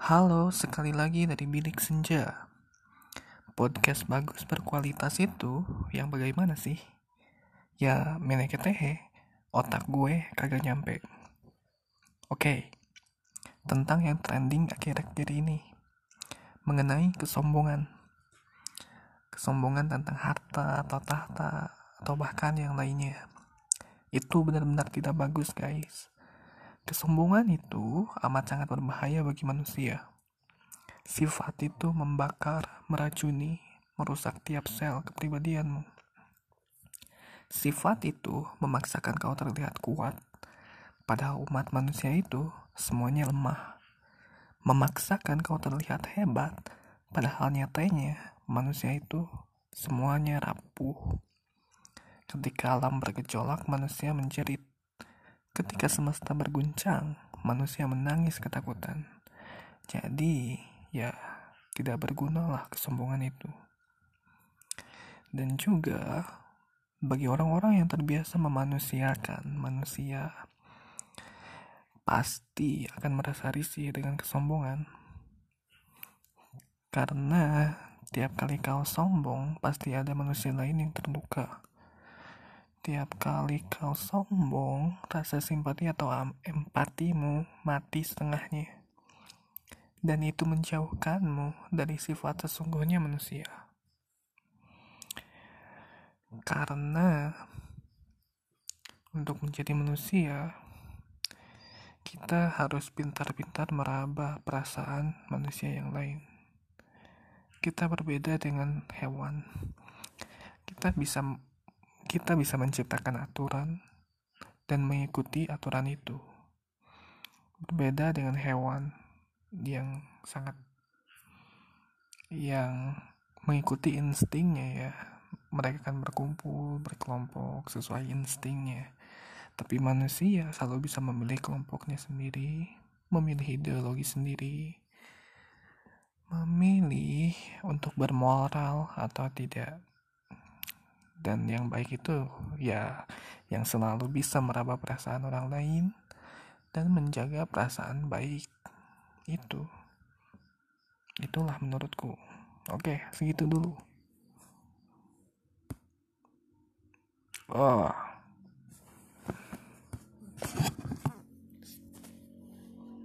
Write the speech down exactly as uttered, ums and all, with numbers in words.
Halo, sekali lagi dari Bilik Senja. Podcast bagus berkualitas itu yang bagaimana sih? Ya, meneketehe, otak gue kagak nyampe. Oke, tentang yang trending akhir-akhir ini. Mengenai kesombongan. Kesombongan tentang harta atau tahta atau bahkan yang lainnya. Itu benar-benar tidak bagus, guys. Kesombongan itu amat sangat berbahaya bagi manusia. Sifat itu membakar, meracuni, merusak tiap sel kepribadianmu. Sifat itu memaksakan kau terlihat kuat, padahal umat manusia itu semuanya lemah. Memaksakan kau terlihat hebat, padahal nyatanya manusia itu semuanya rapuh. Ketika alam bergejolak, manusia menjerit. Ketika semesta berguncang, manusia menangis ketakutan. Jadi, ya, tidak bergunalah kesombongan itu. Dan juga bagi orang-orang yang terbiasa memanusiakan manusia, pasti akan merasa risih dengan kesombongan. Karena tiap kali kau sombong, pasti ada manusia lain yang terluka. Tiap kali kau sombong, rasa simpati atau empatimu mati setengahnya. Dan itu menjauhkanmu dari sifat sesungguhnya manusia. Karena untuk menjadi manusia, kita harus pintar-pintar meraba perasaan manusia yang lain. Kita berbeda dengan hewan. Kita bisa kita bisa menciptakan aturan dan mengikuti aturan itu. Berbeda dengan hewan yang sangat yang mengikuti instingnya ya. Mereka akan berkumpul, berkelompok sesuai instingnya. Tapi manusia selalu bisa memilih kelompoknya sendiri, memilih ideologi sendiri, memilih untuk bermoral atau tidak. Dan yang baik itu ya yang selalu bisa meraba perasaan orang lain dan menjaga perasaan baik itu. Itulah menurutku. Oke, segitu dulu. Oh.